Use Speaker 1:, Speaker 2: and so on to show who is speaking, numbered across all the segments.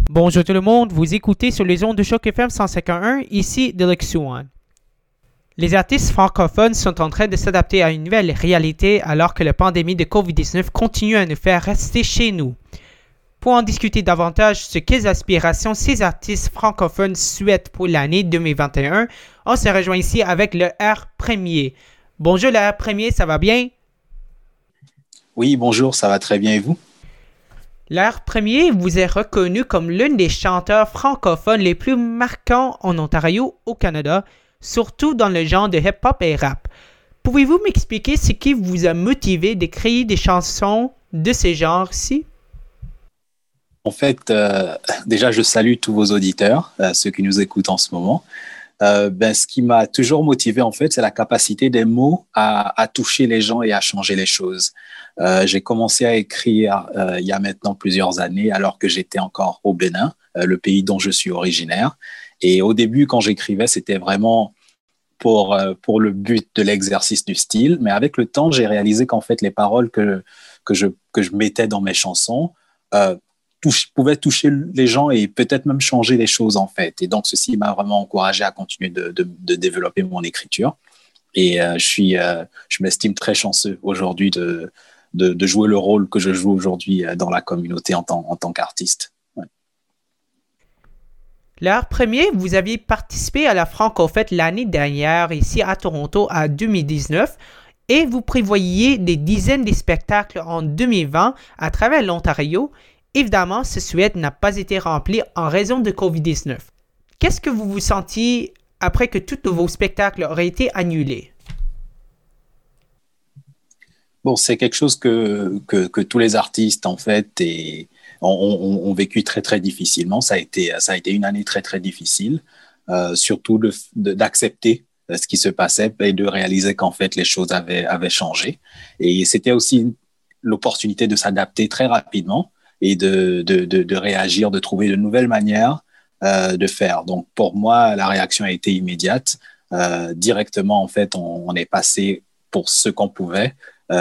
Speaker 1: Bonjour tout le monde, vous écoutez sur les ondes de Choc FM 105.1, ici Deluxe One. Les artistes francophones sont en train de s'adapter à une nouvelle réalité alors que la pandémie de COVID-19 continue à nous faire rester chez nous. Pour en discuter davantage sur quelles aspirations ces artistes francophones souhaitent pour l'année 2021, on se rejoint ici avec le R Premier. Bonjour le R Premier, ça va bien?
Speaker 2: Oui, bonjour, ça va très bien et vous?
Speaker 1: L'R Premier vous est reconnu comme l'un des chanteurs francophones les plus marquants en Ontario, au Canada, surtout dans le genre de hip-hop et rap. Pouvez-vous m'expliquer ce qui vous a motivé de créer des chansons de ce genre-ci?
Speaker 2: En fait, déjà, je salue tous vos auditeurs, ceux qui nous écoutent en ce moment. Ce qui m'a toujours motivé, en fait, c'est la capacité des mots à toucher les gens et à changer les choses. J'ai commencé à écrire il y a maintenant plusieurs années, alors que j'étais encore au Bénin, le pays dont je suis originaire. Et au début, quand j'écrivais, c'était vraiment pour le but de l'exercice du style. Mais avec le temps, j'ai réalisé qu'en fait, les paroles que je mettais dans mes chansons pouvaient toucher les gens et peut-être même changer les choses, en fait. Et donc, ceci m'a vraiment encouragé à continuer de développer mon écriture. Et je m'estime très chanceux aujourd'hui de jouer le rôle que je joue aujourd'hui dans la communauté en tant qu'artiste. Ouais.
Speaker 1: L'R Premier, vous aviez participé à la Franco-Fête l'année dernière ici à Toronto en 2019 et vous prévoyez des dizaines de spectacles en 2020 à travers l'Ontario. Évidemment, ce souhait n'a pas été rempli en raison de COVID-19. Qu'est-ce que vous vous sentiez après que tous vos spectacles auraient été annulés?
Speaker 2: Bon, c'est quelque chose que tous les artistes, en fait, ont vécu très, très difficilement. Ça a été une année très, très difficile, surtout d'accepter ce qui se passait et de réaliser qu'en fait, les choses avaient changé. Et c'était aussi l'opportunité de s'adapter très rapidement et de réagir, de trouver de nouvelles manières de faire. Donc, pour moi, la réaction a été immédiate. Directement, en fait, on est passé pour ce qu'on pouvait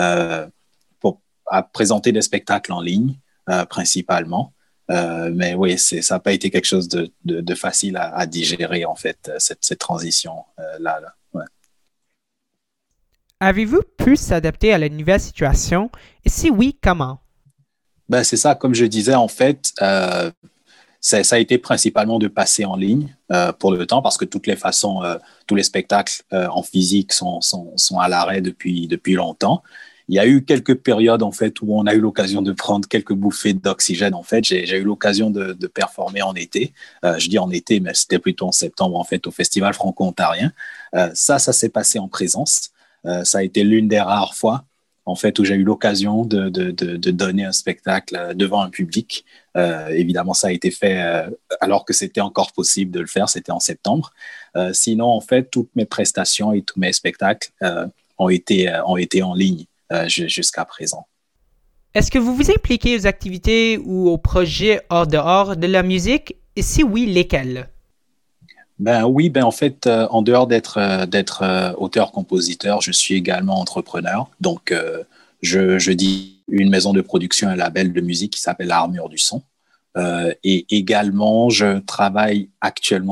Speaker 2: à présenter des spectacles en ligne, principalement. Mais oui, ça n'a pas été quelque chose de facile à digérer, en fait, cette transition-là. Ouais.
Speaker 1: Avez-vous pu s'adapter à la nouvelle situation? Et si oui, comment?
Speaker 2: C'est ça, comme je disais, en fait, ça a été principalement de passer en ligne pour le temps parce que toutes les façons, tous les spectacles en physique sont à l'arrêt depuis longtemps. Il y a eu quelques périodes en fait où on a eu l'occasion de prendre quelques bouffées d'oxygène. En fait, j'ai eu l'occasion de performer en été. Je dis en été, mais c'était plutôt en septembre en fait au Festival franco-ontarien. Ça s'est passé en présence. Ça a été l'une des rares fois en fait, où j'ai eu l'occasion de donner un spectacle devant un public. Évidemment, ça a été fait alors que c'était encore possible de le faire, c'était en septembre. Sinon, en fait, toutes mes prestations et tous mes spectacles ont été en ligne jusqu'à présent.
Speaker 1: Est-ce que vous vous impliquez aux activités ou aux projets hors dehors de la musique? Et si oui, lesquels?
Speaker 2: Oui, en fait, en dehors d'être auteur-compositeur, je suis également entrepreneur. Donc, je dis une maison de production, un label de musique qui s'appelle Armure du Son. Et également, je travaille actuellement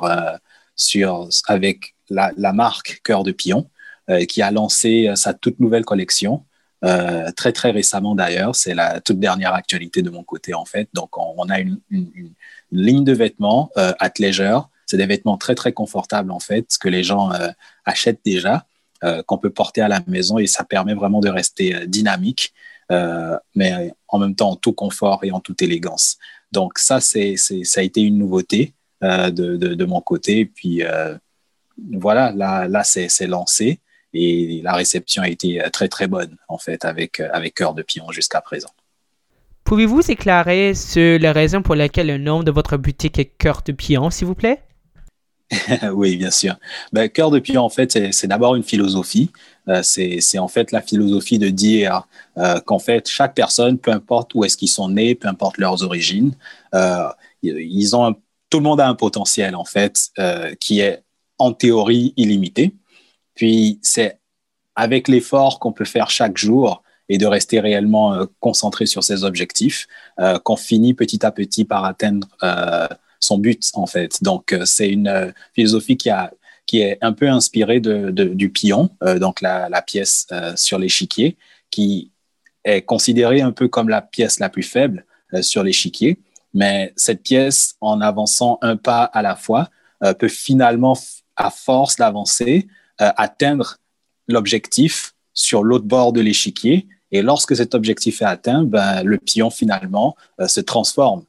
Speaker 2: avec la marque Cœur de Pion, qui a lancé sa toute nouvelle collection, très, très récemment d'ailleurs. C'est la toute dernière actualité de mon côté, en fait. Donc, on a une ligne de vêtements athleisure. C'est des vêtements très, très confortables, en fait, que les gens achètent déjà, qu'on peut porter à la maison et ça permet vraiment de rester dynamique, mais en même temps en tout confort et en toute élégance. Donc, ça a été une nouveauté de mon côté. Et puis, voilà, là c'est lancé et la réception a été très, très bonne, en fait, avec Cœur de Pion jusqu'à présent.
Speaker 1: Pouvez-vous éclairer sur la raison pour laquelle le nom de votre boutique est Cœur de Pion, s'il vous plaît?
Speaker 2: Oui, bien sûr. Cœur de Pion, en fait, c'est d'abord une philosophie. C'est en fait la philosophie de dire qu'en fait, chaque personne, peu importe où est-ce qu'ils sont nés, peu importe leurs origines, tout le monde a un potentiel, en fait, qui est en théorie illimité. Puis, c'est avec l'effort qu'on peut faire chaque jour et de rester réellement concentré sur ses objectifs, qu'on finit petit à petit par atteindre son but, en fait. Donc, c'est une philosophie qui est un peu inspirée du pion, donc la pièce sur l'échiquier, qui est considérée un peu comme la pièce la plus faible sur l'échiquier. Mais cette pièce, en avançant un pas à la fois, peut finalement, à force d'avancer, atteindre l'objectif sur l'autre bord de l'échiquier. Et lorsque cet objectif est atteint, le pion finalement se transforme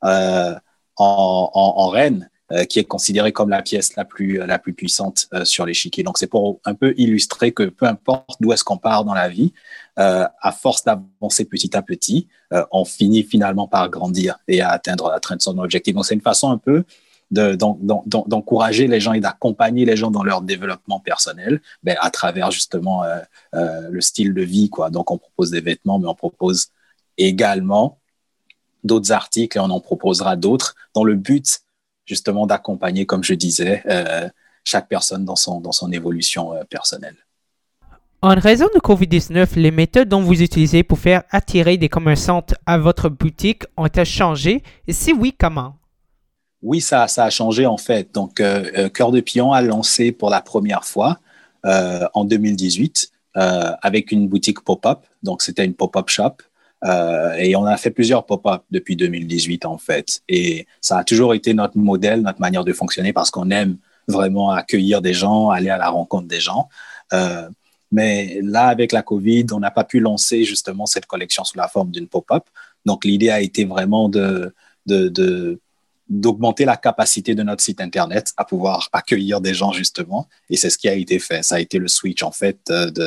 Speaker 2: en reine, qui est considérée comme la pièce la plus puissante sur l'échiquier. Donc, c'est pour un peu illustrer que peu importe d'où est-ce qu'on part dans la vie, à force d'avancer petit à petit, on finit finalement par grandir et à atteindre son objectif. Donc, c'est une façon un peu d'encourager les gens et d'accompagner les gens dans leur développement personnel à travers justement le style de vie, quoi. Donc, on propose des vêtements, mais on propose également d'autres articles et on en proposera d'autres dans le but justement d'accompagner, comme je disais, chaque personne dans son évolution personnelle.
Speaker 1: En raison de COVID-19, les méthodes dont vous utilisez pour faire attirer des commerçantes à votre boutique ont-elles changé? Et si oui, comment?
Speaker 2: Oui, ça a changé en fait. Donc, Cœur de Pion a lancé pour la première fois en 2018 avec une boutique pop-up. Donc, c'était une pop-up shop. Et on a fait plusieurs pop-up depuis 2018 en fait. Et ça a toujours été notre modèle, notre manière de fonctionner parce qu'on aime vraiment accueillir des gens, aller à la rencontre des gens. Mais là, avec la COVID, on n'a pas pu lancer justement cette collection sous la forme d'une pop-up. Donc, l'idée a été vraiment d'augmenter la capacité de notre site Internet à pouvoir accueillir des gens justement. Et c'est ce qui a été fait. Ça a été le switch en fait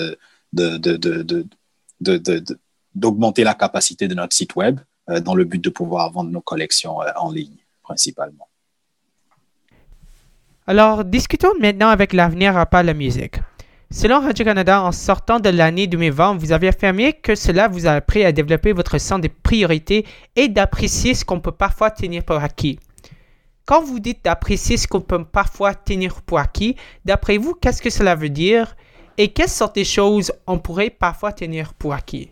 Speaker 2: d'augmenter la capacité de notre site web dans le but de pouvoir vendre nos collections en ligne, principalement.
Speaker 1: Alors, discutons maintenant avec l'avenir à part la musique. Selon Radio-Canada, en sortant de l'année 2020, vous avez affirmé que cela vous a appris à développer votre sens des priorités et d'apprécier ce qu'on peut parfois tenir pour acquis. Quand vous dites d'apprécier ce qu'on peut parfois tenir pour acquis, d'après vous, qu'est-ce que cela veut dire et quelles sortes de choses on pourrait parfois tenir pour acquis?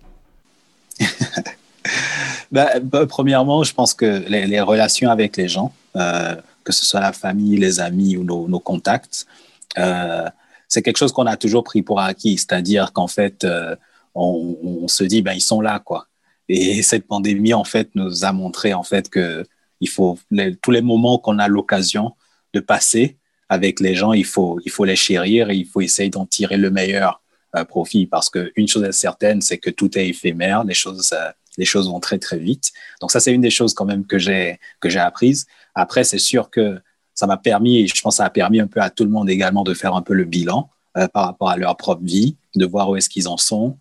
Speaker 2: Premièrement, je pense que les relations avec les gens, que ce soit la famille, les amis ou nos contacts, c'est quelque chose qu'on a toujours pris pour acquis. C'est-à-dire qu'en fait, on se dit, ils sont là, quoi. Et cette pandémie, en fait, nous a montré, en fait, que tous les moments qu'on a l'occasion de passer avec les gens, il faut les chérir et il faut essayer d'en tirer le meilleur profit parce qu'une chose est certaine, c'est que tout est éphémère, les choses vont très, très vite. Donc ça, c'est une des choses quand même que j'ai apprises. Après, c'est sûr que ça m'a permis, et je pense que ça a permis un peu à tout le monde également de faire un peu le bilan par rapport à leur propre vie, de voir où est-ce qu'ils en sont.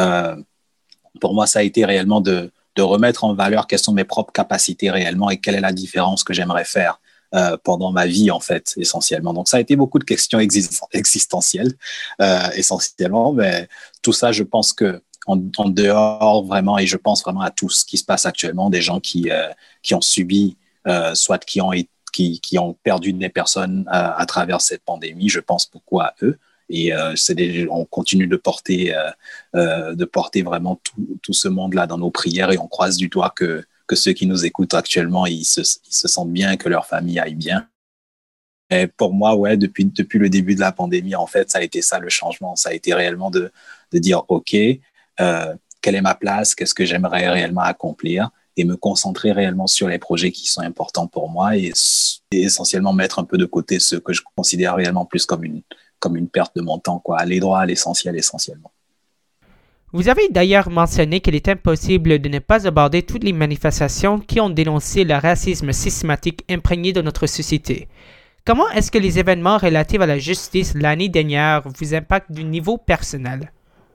Speaker 2: Pour moi, ça a été réellement de remettre en valeur quelles sont mes propres capacités réellement et quelle est la différence que j'aimerais faire pendant ma vie, en fait, essentiellement. Donc, ça a été beaucoup de questions existentielles, essentiellement, mais tout ça, je pense que en dehors vraiment, et je pense vraiment à tout ce qui se passe actuellement, des gens qui ont subi, soit qui ont perdu des personnes à travers cette pandémie, je pense beaucoup à eux. Et on continue de porter vraiment tout ce monde-là dans nos prières et on croise du doigt que ceux qui nous écoutent actuellement, ils se sentent bien, que leur famille aille bien. Et pour moi, ouais, depuis le début de la pandémie, en fait, ça a été ça le changement. Ça a été réellement de dire, OK, quelle est ma place, qu'est-ce que j'aimerais réellement accomplir et me concentrer réellement sur les projets qui sont importants pour moi et essentiellement mettre un peu de côté ce que je considère réellement plus comme une perte de mon temps, quoi. Aller droit à l'essentiel, essentiellement.
Speaker 1: Vous avez d'ailleurs mentionné qu'il est impossible de ne pas aborder toutes les manifestations qui ont dénoncé le racisme systématique imprégné de notre société. Comment est-ce que les événements relatifs à la justice l'année dernière vous impactent du niveau personnel?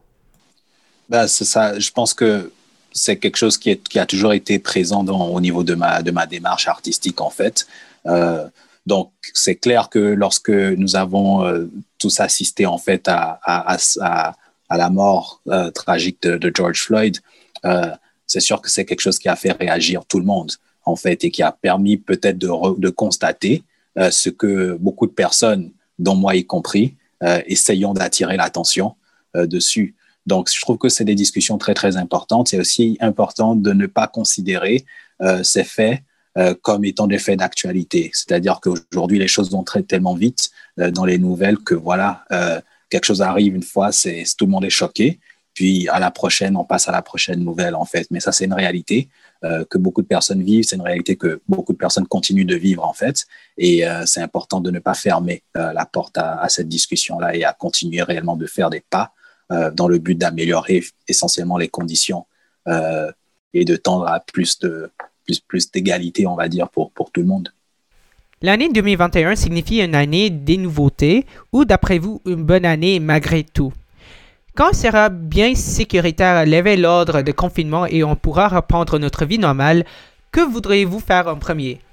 Speaker 2: C'est ça. Je pense que c'est quelque chose qui a toujours été présent au niveau de ma démarche artistique, en fait. Donc, c'est clair que lorsque nous avons tous assisté, en fait, à la mort tragique de George Floyd, c'est sûr que c'est quelque chose qui a fait réagir tout le monde, en fait, et qui a permis peut-être de constater ce que beaucoup de personnes, dont moi y compris, essayons d'attirer l'attention dessus. Donc, je trouve que c'est des discussions très, très importantes. C'est aussi important de ne pas considérer ces faits comme étant des faits d'actualité. C'est-à-dire qu'aujourd'hui, les choses vont tellement vite dans les nouvelles que voilà, quelque chose arrive une fois, tout le monde est choqué. Puis à la prochaine, on passe à la prochaine nouvelle, en fait. Mais ça, c'est une réalité que beaucoup de personnes vivent. C'est une réalité que beaucoup de personnes continuent de vivre, en fait. Et c'est important de ne pas fermer la porte à cette discussion-là et à continuer réellement de faire des pas dans le but d'améliorer essentiellement les conditions et de tendre à plus d'égalité, on va dire, pour tout le monde.
Speaker 1: L'année 2021 signifie une année des nouveautés ou, d'après vous, une bonne année malgré tout? Quand il sera bien sécuritaire à lever l'ordre de confinement et on pourra reprendre notre vie normale, que voudriez-vous faire en premier?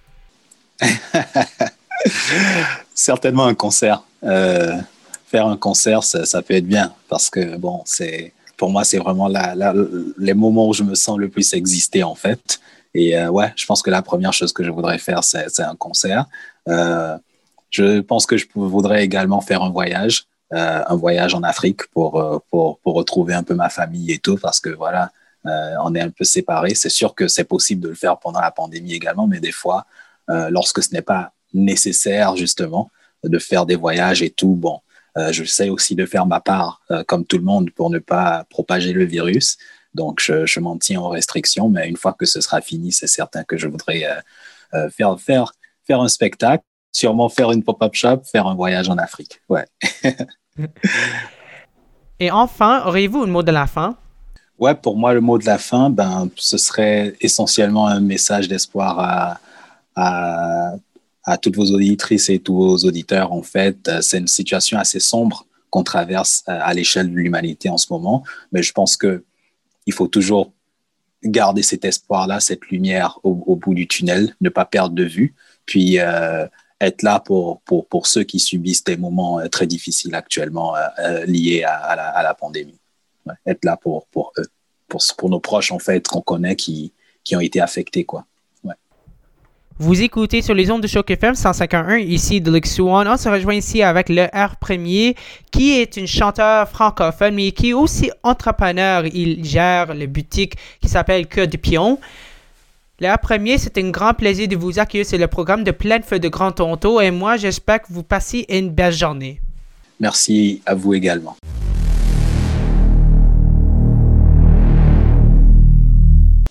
Speaker 2: Certainement un concert. Faire un concert, ça peut être bien parce que, bon, pour moi, c'est vraiment les moments où je me sens le plus exister, en fait. Et ouais, je pense que la première chose que je voudrais faire, c'est un concert. Je pense que je voudrais également faire un voyage en Afrique pour retrouver un peu ma famille et tout, parce que voilà, on est un peu séparés. C'est sûr que c'est possible de le faire pendant la pandémie également, mais des fois, lorsque ce n'est pas nécessaire, justement, de faire des voyages et tout, bon, j'essaie aussi de faire ma part, comme tout le monde, pour ne pas propager le virus. Donc, je m'en tiens aux restrictions, mais une fois que ce sera fini, c'est certain que je voudrais faire un spectacle, sûrement faire une pop-up shop, faire un voyage en Afrique. Ouais.
Speaker 1: Et enfin, auriez-vous un mot de la fin?
Speaker 2: Ouais, pour moi, le mot de la fin, ce serait essentiellement un message d'espoir à toutes vos auditrices et tous vos auditeurs. En fait, c'est une situation assez sombre qu'on traverse à l'échelle de l'humanité en ce moment, mais je pense que il faut toujours garder cet espoir-là, cette lumière au bout du tunnel, ne pas perdre de vue, puis être là pour ceux qui subissent des moments très difficiles actuellement liés à la pandémie. Ouais, être là pour eux, pour nos proches, en fait, qu'on connaît qui ont été affectés, quoi. Ouais.
Speaker 1: Vous écoutez sur les ondes de Choc FM 105.1, ici de Swan. On se rejoint ici avec le R Premier, qui est une chanteur francophone, mais qui est aussi entrepreneur. Il gère le boutique qui s'appelle Cœur de Pion. Le R Premier, c'est un grand plaisir de vous accueillir sur le programme de Plein Feu de Grand Toronto. Et moi, j'espère que vous passez une belle journée.
Speaker 2: Merci à vous également.